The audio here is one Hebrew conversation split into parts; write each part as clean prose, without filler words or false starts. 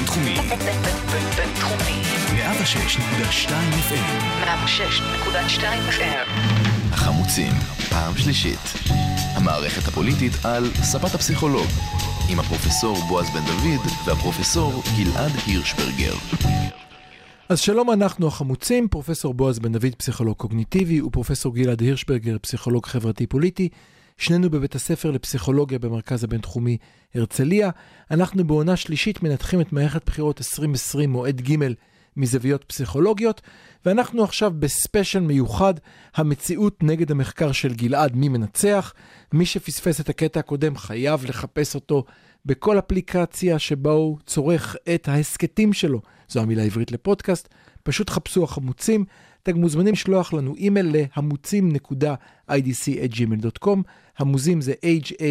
בינתחומי. בינתחומי. 106.2 FM. 106.2 FM. החמוצים, פעם שלישית. המערכת הפוליטית על ספת הפסיכולוג. עם הפרופסור בועז בן דוד והפרופסור גלעד הירשברגר. אז שלום, אנחנו החמוצים, פרופסור בועז בן דוד, פסיכולוג קוגניטיבי, ופרופסור גלעד הירשברגר, פסיכולוג חברתי-פוליטי. שנינו בבית הספר לפסיכולוגיה במרכז הבינתחומי הרצליה. אנחנו בעונה שלישית מנתחים את מערכת בחירות 2020 מועד ג' מזוויות פסיכולוגיות, ואנחנו עכשיו בספיישל מיוחד, המציאות נגד המחקר של גלעד, מי מנצח. מי שפספס את הקטע הקודם חייב לחפש אותו בכל אפליקציה שבה הוא צורך את ההסקטים שלו. זו המילה העברית לפודקאסט. פשוט חפשו החמוצים. אתם מוזמנים לשלוח לנו אימייל להמוצים.idc@gmail.com. המוזים זה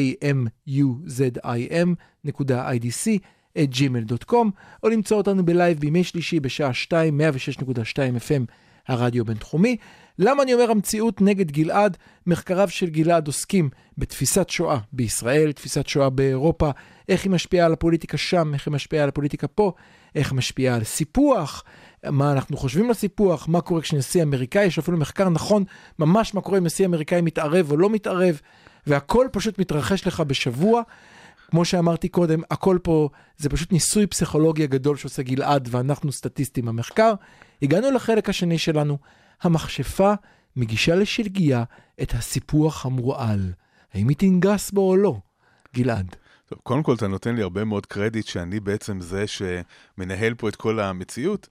hamuzim.idc@gmail.com, או למצוא אותנו בלייב בימי שלישי בשעה 2, 106.2 FM, הרדיו בינתחומי. למה אני אומר המציאות נגד גלעד? מחקריו של גלעד עוסקים בתפיסת שואה בישראל, תפיסת שואה באירופה, איך היא משפיעה על הפוליטיקה שם, איך היא משפיעה על הפוליטיקה פה, איך היא משפיעה על סיפוח, מה אנחנו חושבים על סיפוח, מה קורה כשנשיא אמריקאי, יש אפילו מחקר נכון, ממש מה קורה אם נשיא אמריקאי מתערב או לא מתערב, והכל פשוט מתרחש לך בשבוע. כמו שאמרתי קודם, הכל פה זה פשוט ניסוי פסיכולוגיה גדול שעושה גלעד, ואנחנו סטטיסטים במחקר. הגענו לחלק השני שלנו, המכשפה מגישה לשלגיה את הסיפוח המורעל. האם היא תנגס בו או לא? גלעד. טוב, קודם כל אתה נותן לי הרבה מאוד קרדיט שאני בעצם זה שמנהל פה את כל המציאות.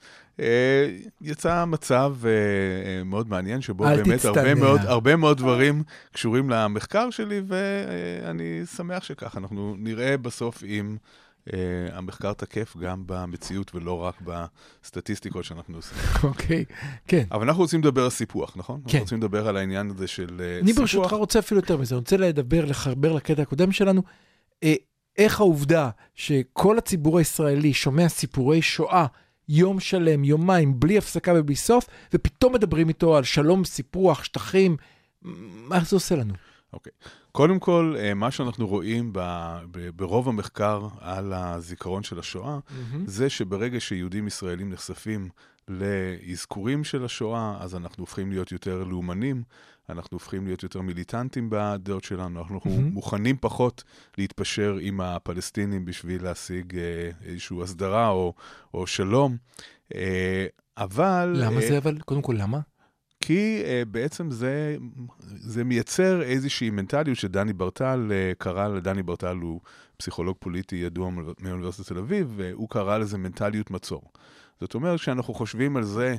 יצא מצב מאוד מעניין שבו באמת הרבה מאוד דברים קשורים למחקר שלי, ואני שמח שכך אנחנו נראה בסוף אם המחקר תקף גם במציאות ולא רק בסטטיסטיקות שאנחנו עושים. אוקיי, כן. אבל אנחנו רוצים לדבר על סיפוח, נכון? כן. אנחנו רוצים לדבר על העניין הזה של סיפוח. אני ברשותך רוצה אפילו יותר מזה, אני רוצה לחבר לקטע הקודם שלנו, איך העובדה שכל הציבור הישראלי שומע סיפורי שואה יום שלם, יומיים, בלי הפסקה ובלי סוף, ופתאום מדברים איתו על שלום, סיפוח, שטחים, מה זה עושה לנו? אוקיי. קודם כל, מה שאנחנו רואים ברוב המחקר על הזיכרון של השואה, זה שברגע שיהודים ישראלים נחשפים להזכורים של השואה, אז אנחנו הופכים להיות יותר לאומנים, אנחנו הופכים להיות יותר מיליטנטים בדעות שלנו, אנחנו מוכנים פחות להתפשר עם הפלסטינים בשביל להשיג איזושהי הסדרה או שלום. אבל... למה זה אבל? קודם כל, למה? כי בעצם זה מייצר איזושהי מנטליות שדני ברטל קרא, לדני ברטל הוא פסיכולוג פוליטי ידוע מאוניברסיטת תל אביב, והוא קרא לזה מנטליות מצור. זאת אומרת שאנחנו חושבים על זה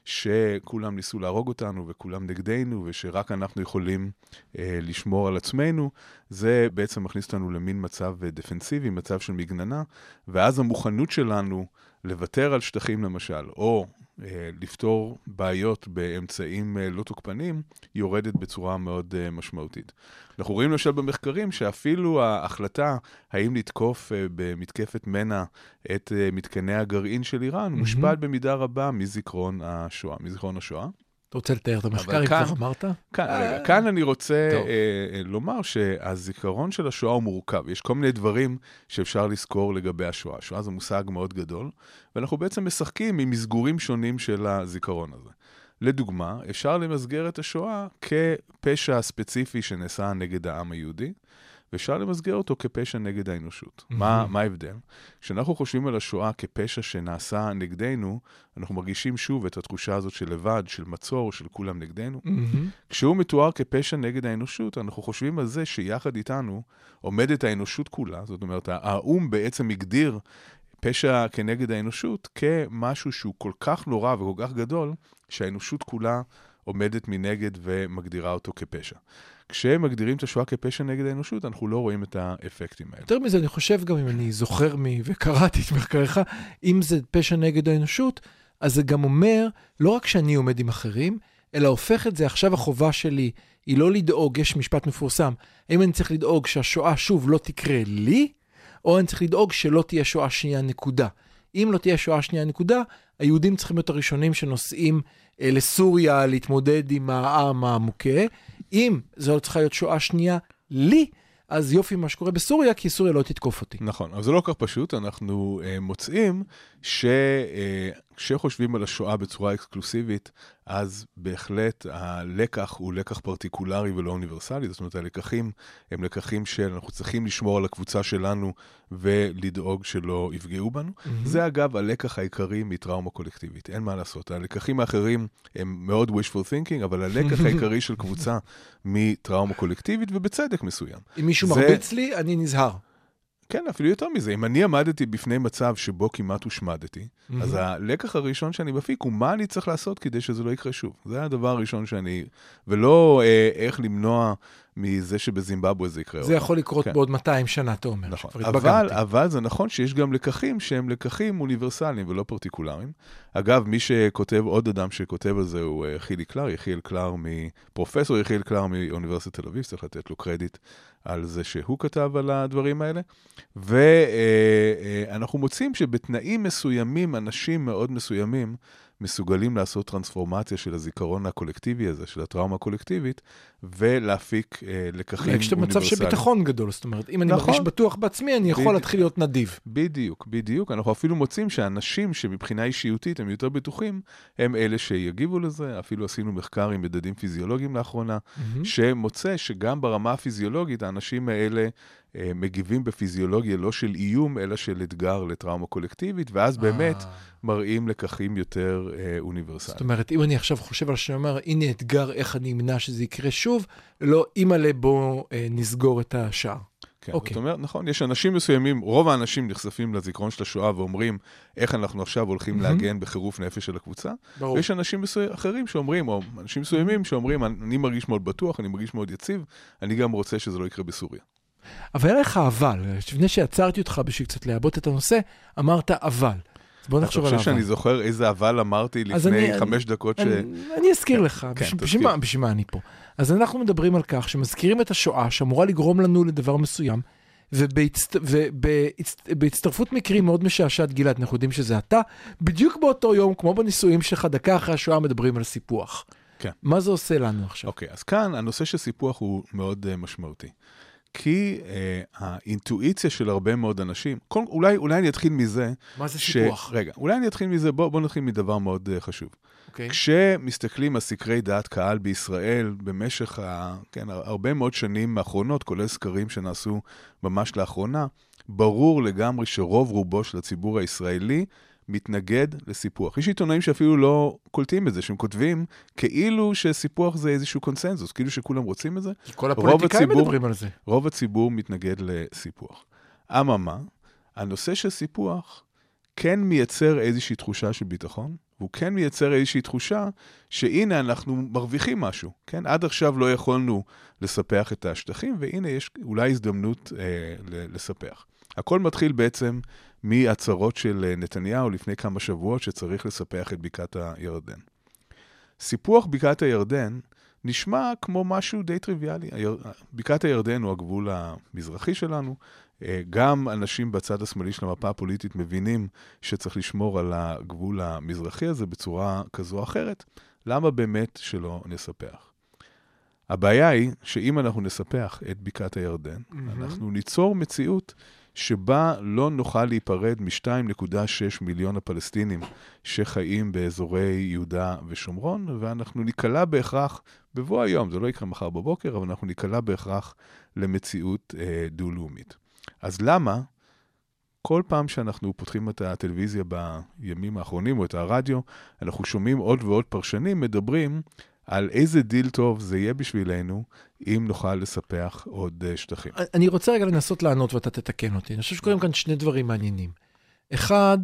שכולם ניסו להרוג אותנו וכולם נגדנו ושרק אנחנו יכולים לשמור על עצמנו, זה בעצם מכניס אותנו למין מצב דפנסיבי, מצב של מגננה, ואז המוכנות שלנו לוותר על שטחים למשל, או לפתור בעיות באמצעים לא תוקפנים, יורדת בצורה מאוד משמעותית. אנחנו רואים למשל במחקרים שאפילו ההחלטה האם לתקוף במתקפת מנע את מתקני הגרעין של איראן, מושפעת במידה רבה מזיכרון השואה. אתה רוצה לתאר את המחקר, אם כבר אמרת? כאן אני רוצה לומר שהזיכרון של השואה הוא מורכב. יש כל מיני דברים שאפשר לזכור לגבי השואה. השואה זה מושג מאוד גדול, ואנחנו בעצם משחקים עם מסגורים שונים של הזיכרון הזה. לדוגמה, אפשר למסגר את השואה כפשע ספציפי שנעשה נגד העם היהודי, ואפשר למסגר אותו כפשע נגד האנושות. מה ההבדל? כשאנחנו חושבים על השואה כפשע שנעשה נגדנו, אנחנו מרגישים שוב את התחושה הזאת של לבד, של מצור, של כולם נגדנו. כשהוא מתואר כפשע נגד האנושות, אנחנו חושבים על זה שיחד איתנו עומדת האנושות כולה. זאת אומרת, האום בעצם הגדיר פשע כנגד האנושות כמשהו שהוא כל כך נורא וכל כך גדול, שהאנושות כולה עומדת מנגד ומגדירה אותו כפשע. כשהם מגדירים את השואה כפשע נגד האנושות, אנחנו לא רואים את האפקטים האלה. יותר מזה, אני חושב גם אם אני זוכר וקראתי את מחקריך, אם זה פשע נגד האנושות, אז זה גם אומר, לא רק שאני עומד עם אחרים, אלא הופך את זה, עכשיו החובה שלי היא לא לדאוג, יש משפט מפורסם, האם אני צריך לדאוג שהשואה שוב לא תקרה לי, או אני צריך לדאוג שלא תהיה שואה שנייה נקודה. אם לא תהיה שואה שנייה נקודה, היהודים צריכים להיות הראשונים שנוסעים לסוריה להתמודד עם העם המוכה. אם זו לא צריכה להיות שואה שנייה לי, אז יופי מה שקורה בסוריה, כי סוריה לא תתקוף אותי. נכון, אבל זה לא כך פשוט, אנחנו מוצאים כשחושבים על השואה בצורה אקסקלוסיבית, אז בהחלט הלקח הוא לקח פרטיקולרי ולא אוניברסלי, זאת אומרת, הלקחים הם לקחים שאנחנו צריכים לשמור על הקבוצה שלנו ולדאוג שלא יפגעו בנו. זה אגב הלקח העיקרי מטראומה קולקטיבית, אין מה לעשות. הלקחים האחרים הם מאוד wishful thinking, אבל הלקח העיקרי של קבוצה מטראומה קולקטיבית, ובצדק מסוים. אם מישהו מרביץ לי, אני נזהר. כן, אפילו יותר מזה. אם אני עמדתי בפני מצב שבו כמעט הושמדתי, אז הלקח הראשון שאני מפיק הוא מה אני צריך לעשות כדי שזה לא יקרה שוב. זה הדבר הראשון שאני... ולא איך למנוע מזה שבזימבבואה זה יקרה. זה יכול לקרות בעוד 200 שנה, אתה אומר. נכון. אבל זה נכון שיש גם לקחים שהם לקחים אוניברסליים ולא פרטיקולריים. אגב, מי שכותב, עוד אדם שכותב על זה הוא יחיאל קלר, פרופסור יחיאל קלר מאוניברסיטת תל אביב, צריך לתת לו קרדיט על זה שהוא כתב על הדברים האלה. ואנחנו מוצאים שבתנאים מסוימים, אנשים מאוד מסוימים, מסוגלים לעשות טרנספורמציה של הזיכרון הקולקטיבי הזה, של הטראומה הקולקטיבית, ולהפיק לקחים אוניברסליים. כשאתה מצב של ביטחון גדול, זאת אומרת, אם אני מרגיש בטוח בעצמי, אני יכול להתחיל להיות נדיב. בדיוק. אנחנו אפילו מוצאים שאנשים שמבחינה אישיותית הם יותר בטוחים, הם אלה שיגיבו לזה. אפילו עשינו מחקר עם מדדים פיזיולוגיים לאחרונה, שמוצא שגם ברמה הפיזיולוגית, האנשים האלה מגיבים בפיזיולוגיה לא של איום, אלא של אתגר לטראומה קולקטיבית, ואז באמת מראים לקחים יותר אוניברסליים. זאת אומרת, אם אני עכשיו חושב על שאומר, הנה אתגר איך אני אמנע שזה יקרה שוב, לא אימא'לה בוא נסגור את השער. כן, זאת אומרת, נכון, יש אנשים מסוימים, רוב האנשים נחשפים לזיכרון של השואה ואומרים איך אנחנו עכשיו הולכים להגן בחירוף נפש של הקבוצה. ויש אנשים אחרים שאומרים, או אנשים מסוימים שאומרים, אני מרגיש מאוד בטוח, אני מרגיש מאוד יציב, אני גם רוצה שזה לא יקרה בסוריה. אבל היה לך אבל, לפני שעצרתי אותך בשביל קצת להבות את הנושא, אמרת אבל. אז בוא נחשוב על אבל. אתה חושב שאני זוכר איזה אבל אמרתי לפני 5 דקות אני אזכיר לך, בשביל מה אני פה. אז אנחנו מדברים על כך שמזכירים את השואה, שאמורה לגרום לנו לדבר מסוים, ובהצטרפות מקרים מאוד משעשעת גלעד, אנחנו יודעים שזה אתה, בדיוק באותו יום, כמו בניסויים שלך, דקה אחרי השואה מדברים על סיפוח. כן. מה זה עושה לנו עכשיו? אוקיי, אז כאן הנושא של סיפוח הוא מאוד משמעותי. כי האינטואיציה של הרבה מאוד אנשים, אולי אני אתחיל מזה... מה זה סיפוח? רגע, אולי אני אתחיל מזה, בוא נתחיל מדבר מאוד חשוב. כשמסתכלים על סקרי דעת קהל בישראל, במשך הרבה מאוד שנים האחרונות, כולל סקרים שנעשו ממש לאחרונה, ברור לגמרי שרוב רובו של הציבור הישראלי מתנגד לסיפוח. יש עיתונאים שאפילו לא קולטים את זה, שהם כותבים כאילו שסיפוח זה איזשהו קונסנזוס, כאילו שכולם רוצים את זה. כל הפוליטיקאים מדברים על זה. רוב הציבור מתנגד לסיפוח. אממה, הנושא של סיפוח כן מייצר איזושהי תחושה של ביטחון, והוא כן מייצר איזושהי תחושה שהנה אנחנו מרוויחים משהו. כן? עד עכשיו לא יכולנו לספח את השטחים, והנה יש אולי הזדמנות לספח. הכל מתחיל בעצם מהצהרות של נתניהו לפני כמה שבועות שצריך לספח את בקעת הירדן. סיפוח בקעת הירדן נשמע כמו משהו די טריוויאלי. בקעת הירדן הוא הגבול המזרחי שלנו. גם אנשים בצד השמאלי של המפה הפוליטית מבינים שצריך לשמור על הגבול המזרחי הזה בצורה כזו או אחרת. למה באמת שלא נספח? הבעיה היא שאם אנחנו נספח את בקעת הירדן, אנחנו ניצור מציאות שבה לא נוכל להיפרד מ-2.6 מיליון הפלסטינים שחיים באזורי יהודה ושומרון, ואנחנו ניקלע בהכרח, בבוא היום, זה לא יקרה מחר בבוקר, אבל אנחנו ניקלע בהכרח למציאות דו-לאומית. אז למה כל פעם שאנחנו פותחים את הטלוויזיה בימים האחרונים או את הרדיו, אנחנו שומעים עוד ועוד פרשנים מדברים על איזה דיל טוב זה יהיה בשבילנו, אם נוכל לספח עוד שטחים. אני רוצה רגע לנסות לענות ואתה תתקן אותי. אני חושב שקוראים כאן 2 דברים מעניינים. אחד,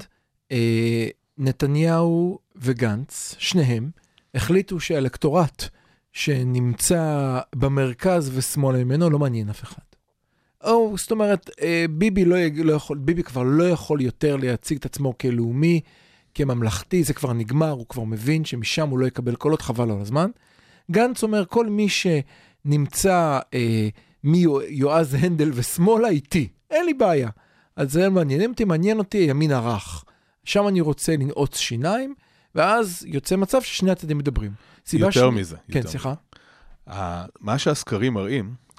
נתניהו וגנץ, שניהם, החליטו שהאלקטורט שנמצא במרכז ושמאל ממנו לא מעניין אף אחד. זאת אומרת, ביבי כבר לא יכול יותר להציג את עצמו כלאומי, כממלכתי, זה כבר נגמר, הוא כבר מבין שמשם הוא לא יקבל קולות, חבל לו על הזמן. גנץ אומר, כל מי שנמצא מיועז הנדל ושמאלה איתי, אין לי בעיה. אז זה מעניין אותי הימין הרך. שם אני רוצה לנעוץ שיניים, ואז יוצא מצב ששני הצדדים מדברים. יותר מזה. כן, סליחה. מה שהסקרים מראים,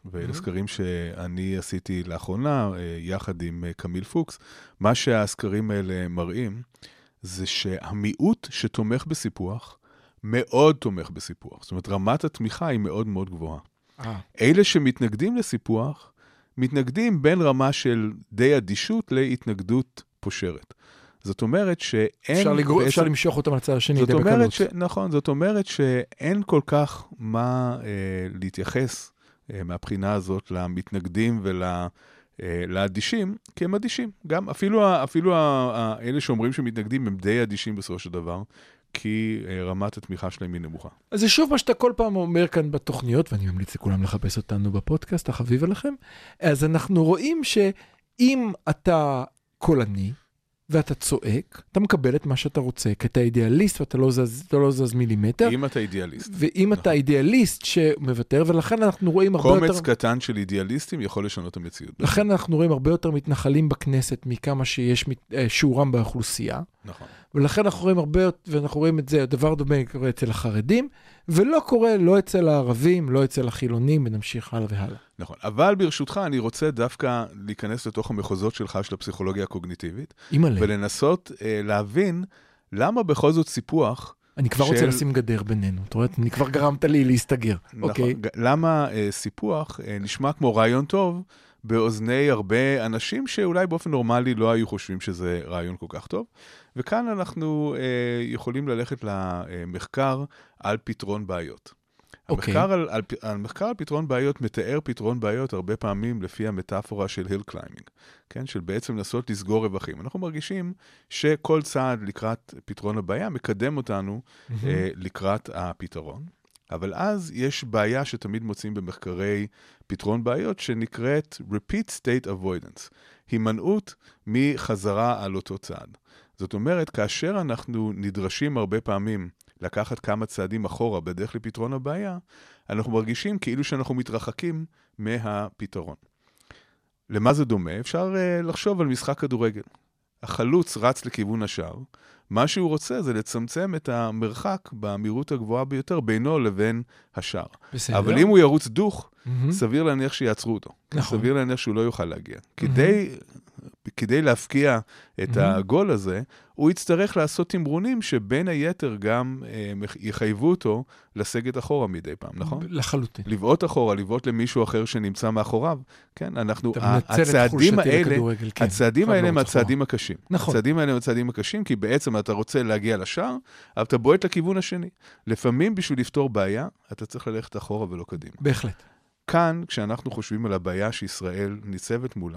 ואלה סקרים שאני עשיתי לאחרונה, יחד עם קמיל פוקס, מה שהסקרים האלה מראים, זה שהמיעוט שתומך בסיפוח, מאוד תומך בסיפוח. זאת אומרת, רמת התמיכה היא מאוד מאוד גבוהה. אלה שמתנגדים לסיפוח, מתנגדים בין רמה של די אדישות להתנגדות פושרת. זאת אומרת שאין... אפשר למשוך אותם לצד השני. נכון, זאת אומרת שאין כל כך מה להתייחס מהבחינה הזאת למתנגדים ולאדישים, כי הם אדישים. גם אפילו אלה שאומרים שמתנגדים הם די אדישים בסופו של דבר, כי רמת התמיכה שלהם היא נמוכה. אז זה שוב מה שאתה כל פעם אומר כאן בתוכניות, ואני ממליץ לכולם לחפש אותנו בפודקאסט, החביב עליכם. אז אנחנו רואים שאם אתה קולני, ואתה צועק, אתה מקבל את מה שאתה רוצה, כי אתה אידיאליסט ואתה לא זז מילימטר. אם אתה אידיאליסט. ואם אתה אידיאליסט שמוותר, ולכן אנחנו רואים הרבה יותר... קומץ קטן של אידיאליסטים יכול לשנות את המציאות. לכן אנחנו רואים הרבה יותר מתנחלים בכנסת, מכמה שיש שיעורם באוכלוסייה. נכון. ולכן אנחנו רואים הרבה, ואנחנו רואים את זה, הדבר דומה קורה אצל החרדים, ולא קורה לא אצל הערבים, לא אצל החילונים, ונמשיך הלאה והלאה. נכון, אבל ברשותך אני רוצה דווקא להיכנס לתוך המחוזות שלך של הפסיכולוגיה הקוגניטיבית, ולנסות להבין למה בכל זאת סיפוח... אני כבר רוצה לשים גדר בינינו, אתה רואה? אני כבר גרמת לי להסתגר. נכון, למה סיפוח נשמע כמו רעיון טוב, באוזני הרבה אנשים שאולי באופן נורמלי לא היו חושבים שזה רעיון כל כך טוב. וכאן אנחנו יכולים ללכת למחקר על פתרון בעיות. המחקר על פתרון בעיות מתאר פתרון בעיות הרבה פעמים לפי המטאפורה של היל קליימינג, כן? של בעצם לנסות לסגור רווחים. אנחנו מרגישים שכל צעד לקראת פתרון הבעיה מקדם אותנו לקראת הפתרון. אבל אז יש בעיה שתמיד מוצאים במחקרי פתרון בעיות שנקראת repeat state avoidance, הימנעות מחזרה על אותו צעד. זאת אומרת, כאשר אנחנו נדרשים הרבה פעמים לקחת כמה צעדים אחורה בדרך לפתרון הבעיה, אנחנו מרגישים כאילו שאנחנו מתרחקים מהפתרון. למה זה דומה? אפשר לחשוב על משחק כדורגל. החלוץ רץ לכיוון השער, מה שהוא רוצה זה לצמצם את המרחק במהירות הגבוהה ביותר בינו לבין השער. בסדר. אבל אם הוא ירוץ דוך, סביר להניח שיעצרו אותו. נכון. סביר להניח שהוא לא יוכל להגיע. כדי להפקיע את הגול הזה, הוא יצטרך לעשות תמרונים שבין היתר גם יחייבו אותו לסגת אחורה מדי פעם, נכון? לחלוטין. לבעוט אחורה, לבעוט למישהו אחר שנמצא מאחוריו. כן, אנחנו, הצעדים האלה הם הצעדים הקשים. נכון. הצעדים האלה הם הצעדים הקשים, כי בעצם אתה רוצה להגיע לשער, אבל אתה בועט לכיוון השני. לפעמים בשביל לפתור בעיה, אתה צריך ללכת אחורה ולא קדימה. בהחלט. כאן, כשאנחנו חושבים על הבעיה שישראל ניצבת מולה,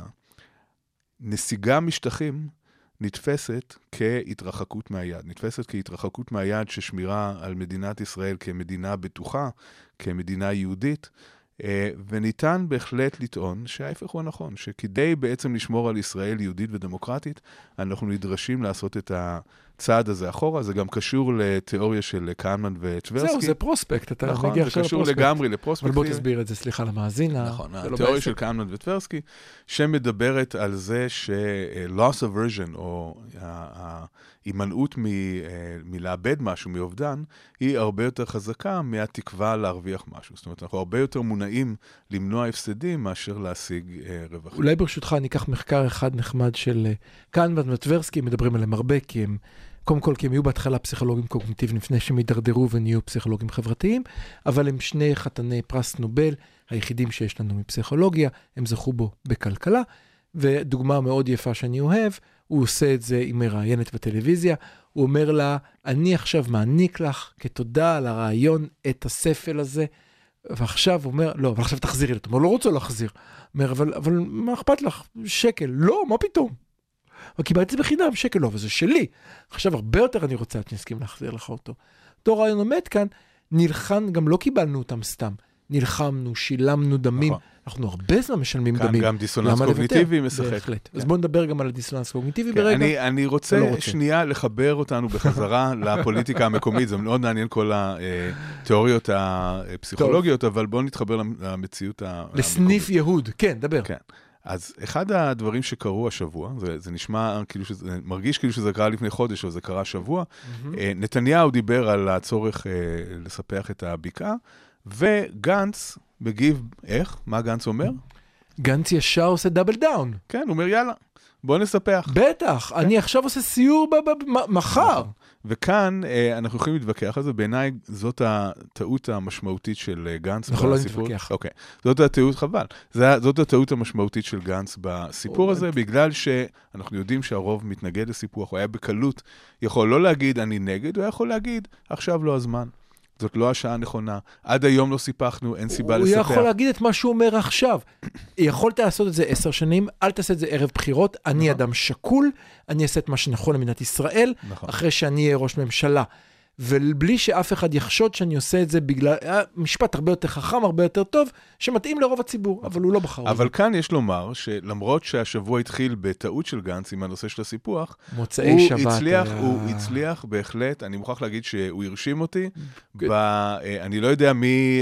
נסיגה משטחים נתפסת כהתרחקות מהיעד. נתפסת כהתרחקות מהיעד ששמירה על מדינת ישראל כמדינה בטוחה, כמדינה יהודית, וניתן בהחלט לטעון שההפך הוא הנכון, שכדי בעצם לשמור על ישראל יהודית ודמוקרטית, אנחנו נדרשים לעשות את הצעד הזה אחורה. זה גם קשור לתיאוריה של קהנמן וטברסקי. זהו, זה פרוספקט, אתה נכון, מגיע עכשיו לפרוספקט. זה קשור לגמרי לפרוספקט. אבל בוא תסביר את זה, סליחה למאזין. נכון, התיאוריה של קהנמן וטברסקי, שמדברת על זה ש-loss aversion, או ההימנעות מלאבד משהו, מאובדן, היא הרבה יותר חזקה מהתקווה להרוויח משהו. זאת אומרת, אנחנו הרבה יותר מונעים למנוע הפסדים מאשר להשיג רווחים. אולי ברשותך אני אקח מחקר אחד נחמד של קהנמן וטברסקי, מדברים עליהם הרבה, כי הם, קודם כל, כי הם יהיו בהתחלה פסיכולוגים קוגניטיביים לפני שהם ידרדרו ונהיו פסיכולוגים חברתיים, אבל הם שני חתני פרס נובל, היחידים שיש לנו מפסיכולוגיה, הם זכו בו בכלכלה, ודוגמה מאוד יפה שאני אוהב, הוא עושה את זה עם מראיינת בטלוויזיה, הוא אומר לה, אני עכשיו מעניק לך כתודה על הרעיון את הספל הזה, ועכשיו הוא אומר, לא, אבל עכשיו תחזירי לו, הוא לא רוצה להחזיר. אומר, אבל מה אכפת לך? שקל. לא, מה פתאום? אבל קיבלתי את זה בחינם, שקל לא, וזה שלי. עכשיו הרבה יותר אני רוצה, אני אסכים להחזיר לך אותו. אותו רעיון עומד כאן, נלחם, גם לא קיבלנו אותם סתם. נלחמנו, שילמנו דמים, אנחנו הרבה זמן משלמים דמים. כאן גם דיסוננס קוגניטיבי משחק. בהחלט. אז בואו נדבר גם על הדיסוננס קוגניטיבי ברגע. אני רוצה שנייה לחבר אותנו בחזרה לפוליטיקה המקומית, זה מאוד מעניין כל התיאוריות הפסיכולוגיות, אבל בואו נתחבר למציאות המקומית. לסניף יהוד, כן, דבר. כן. אז אחד הדברים שקרו השבוע, זה נשמע כאילו שזה, מרגיש כאילו שזה קרה לפני חודש, או זה קרה השבוע, נתניהו דיבר על הצורך לספח את הבקעה, וגנץ מגיב, איך? מה גנץ אומר? גנץ ישר עושה דאבל דאון. כן, הוא אומר, יאללה, בוא נספח. בטח, אני עכשיו עושה סיור מחר. וכאן אנחנו יכולים להתווכח על זה, בעיניי זאת הטעות המשמעותית של גנץ אנחנו לא בסיפור. נתווכח. אוקיי, זאת הטעות, חבל. זאת הטעות המשמעותית של גנץ בסיפור הזה, בגלל שאנחנו יודעים שהרוב מתנגד לסיפוח, הוא היה בקלות, יכול לא להגיד אני נגד, הוא יכול להגיד עכשיו לא הזמן. זאת לא השעה הנכונה. עד היום לא סיפחנו, אין סיבה לספח. הוא יכול להגיד את מה שהוא אומר עכשיו. יכולת לעשות את זה 10 שנים, אל תעשה את זה ערב בחירות, אני אדם שקול, אני אעשה את מה שנכון למדינת ישראל, אחרי שאני אהיה ראש ממשלה. ובלי שאף אחד יחשוד שאני עושה את זה בגלל משפט הרבה יותר חכם, הרבה יותר טוב, שמתאים לרוב הציבור, אבל הוא לא בחר. אבל כאן יש לומר שלמרות שהשבוע התחיל בטעות של גנץ עם הנושא של הסיפוח, מוצאי שבת הוא הצליח בהחלט, אני מוכרח להגיד שהוא הרשים אותי, אני לא יודע מי,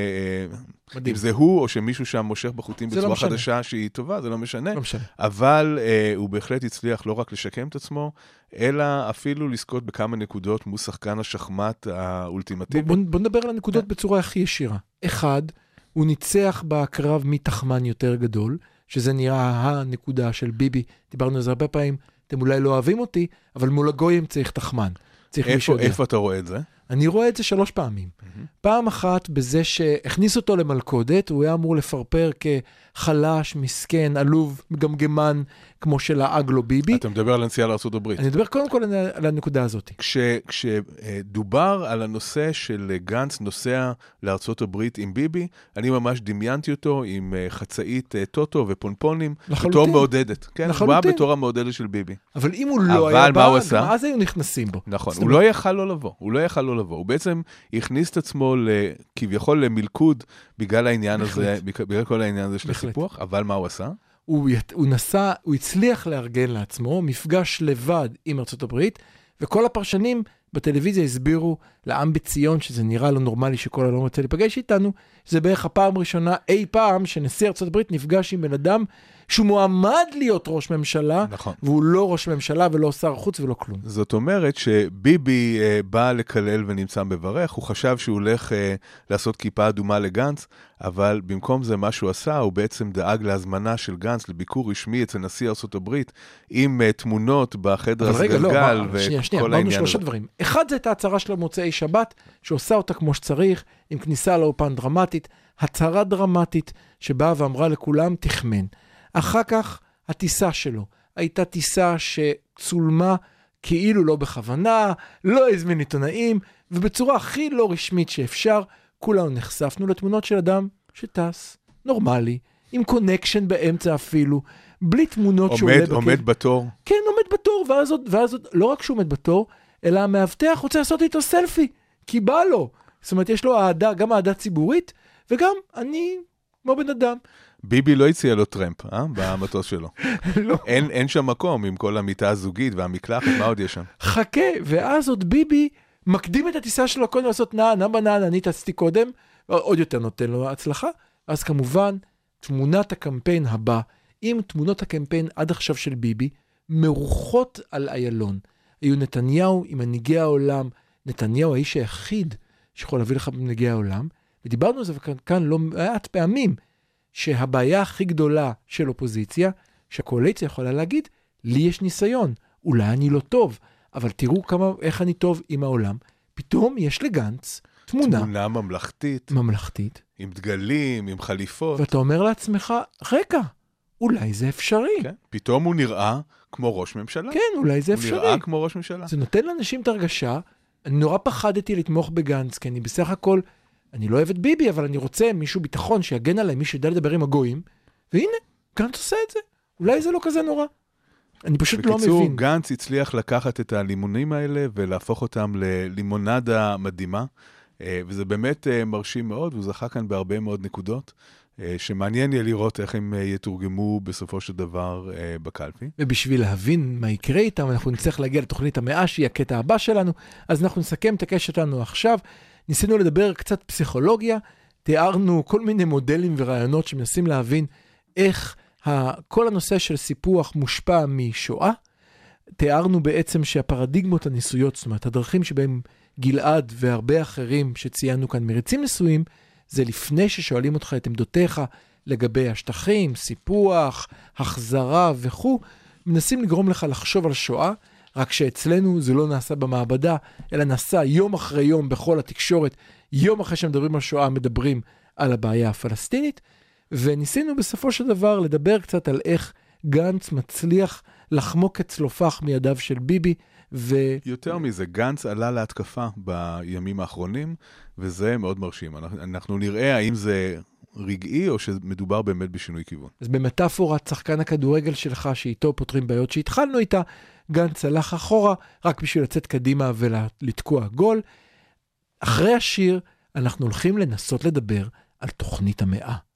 אם זה הוא או שמישהו שם מושך בחוטים בצורה חדשה שהיא טובה, זה לא משנה, אבל הוא בהחלט הצליח לא רק לשקם את עצמו, אלא אפילו לזכות בכמה נקודות מול שחקן השחמט האולטימטיבי. בוא נדבר על הנקודות בצורה הכי ישירה. אחד, הוא ניצח בקרב מתחמן יותר גדול, שזה נראה הנקודה של ביבי. דיברנו על זה הרבה פעמים, אתם אולי לא אוהבים אותי, אבל מול הגויים צריך תחמן. איפה אתה רואה את זה? אני רואה את זה 3 פעמים. פעם אחת בזה שהכניס אותו למלכודת, הוא היה אמור לפרפר כחלש, מסכן, עלוב, מגמגמן, כמו של האגלו ביבי. אתה מדבר על הנסיעה לארצות הברית. אני מדבר קודם כל על הנקודה הזאת. כשדובר על הנושא של גנץ נוסע לארצות הברית עם ביבי, אני ממש דמיינתי אותו עם חצאית טוטו ופונפונים, בתור מעודדת. כן, הוא בא בתור המעודדת של ביבי. אבל אם הוא לא היה בא, גם אז היו נכנסים בו. נכון, הוא לא יכל לא לבוא. הוא בעצם הכניס את עצמו כביכול למלכוד בגלל העניין הזה, בגלל כל העניין הזה של הסיפוח, אבל מה הוא עשה? הוא הצליח לארגן לעצמו מפגש לבד עם ארצות הברית, וכל הפרשנים בטלוויזיה הסבירו לעם בציון, שזה נראה לא נורמלי שכל העולם רוצה להיפגש איתנו, זה בערך הפעם הראשונה אי פעם שנשיא ארצות הברית נפגש עם בן אדם שהוא מועמד להיות ראש ממשלה, נכון. והוא לא ראש ממשלה ולא שר חוץ ולא כלום. זאת אומרת שביבי בא לקלל ונמצא מברך, הוא חשב שהוא הולך לעשות כיפה אדומה לגנץ, אבל במקום זה מה שהוא עשה, הוא בעצם דאג להזמנה של גנץ לביקור רשמי אצל נשיא ארצות הברית, עם תמונות בחדר הסגלגל וכל העניין. אמרנו 3 דברים. אחד זה את ההצהרה של מוצאי שבת, שעושה אותה כמו שצריך, עם כניסה לאופן דרמטית, הצהרה דרמטית, שבאה ואמרה לכולם תחמן. אחר כך הטיסה שלו הייתה טיסה שצולמה כאילו לא בכוונה, לא הזמין עיתונאים, ובצורה הכי לא רשמית שאפשר, כולנו נחשפנו לתמונות של אדם שטס, נורמלי, עם קונקשן באמצע אפילו, בלי תמונות שהוא עומד בתור. כן, עומד בתור, ואז לא רק שהוא עומד בתור, אלא המאבטח רוצה לעשות איתו סלפי, כי בא לו. זאת אומרת, יש לו אהדה, גם אהדה ציבורית, וגם אני כמו בן אדם. ביבי לא הציע לו טרמפ, במטוס שלו. לא. אין שם מקום עם כל המיטה הזוגית והמקלחת, מה עוד יש שם? חכה, ואז עוד ביבי מקדים את הטיסה שלו קודם לעשות נענה, אני טסתי קודם, עוד יותר נותן לו הצלחה. אז כמובן, תמונת הקמפיין הבא, עם תמונות הקמפיין עד עכשיו של ביבי, מרוחות על איילון. היו נתניהו עם מנהיגי העולם, נתניהו האיש היחיד שיכול להביא לך במנהיגי העולם, ודיברנו על זה וכאן לא מעט פעמים, שהבעיה הכי גדולה של אופוזיציה, שהקואליציה יכולה להגיד, לי יש ניסיון, אולי אני לא טוב, אבל תראו איך אני טוב עם העולם. פתאום יש לגנץ תמונה ממלכתית, עם דגלים, עם חליפות. ואתה אומר לעצמך, רגע, אולי זה אפשרי. כן, פתאום הוא נראה כמו ראש ממשלה. כן, אולי זה אפשרי. הוא נראה כמו ראש ממשלה. זה נותן לאנשים את הרגשה, אני נורא פחדתי לתמוך בגנץ, כי אני בסך הכל, אני לא אוהב את ביבי, אבל אני רוצה מישהו ביטחון שיגן עליי, מישהו ידע לדבר עם הגויים, והנה, גנץ עושה את זה. אולי זה לא כזה נורא. אני פשוט לא מבין. בקיצור, גנץ הצליח לקחת את הלימונים האלה, ולהפוך אותם ללימונדה מדהימה, וזה באמת מרשים מאוד, והוא זכה כאן בהרבה מאוד נקודות, שמעניין יהיה לראות איך הם יתורגמו בסופו של דבר בקלפי. ובשביל להבין מה יקרה איתם, אנחנו נצטרך להגיע לתוכנית 100, שהיא הקטע הבא שלנו, אז אנחנו נסכם את הקשר שלנו עכשיו, ניסינו לדבר קצת פסיכולוגיה, תיארנו כל מיני מודלים ורעיונות שמנסים להבין איך כל הנושא של סיפוח מושפע משואה, תיארנו בעצם שהפרדיגמות הניסויות, זאת אומרת, הדרכים שבהם גלעד והרבה אחרים שציינו כאן מריצים ניסויים, זה לפני ששואלים אותך את עמדותיך לגבי השטחים, סיפוח, החזרה וכו', מנסים לגרום לך לחשוב על שואה, רק שאצלנו זה לא נעשה במעבדה, אלא נעשה יום אחרי יום בכל התקשורת, יום אחרי שמדברים על שואה מדברים על הבעיה הפלסטינית, וניסינו בסופו של דבר לדבר קצת על איך גנץ מצליח לחמוק אצלופח מידיו של ביבי, יותר מזה, גנץ עלה להתקפה בימים האחרונים, וזה מאוד מרשים. אנחנו נראה האם זה רגעי או שמדובר באמת בשינוי כיוון. אז במטאפורת שחקן הכדורגל שלך, שאיתו פותרים בעיות שהתחלנו איתה, גנץ הלך אחורה רק בשביל לצאת קדימה ולתקוע גול. אחרי השיר אנחנו הולכים לנסות לדבר על תוכנית המאה.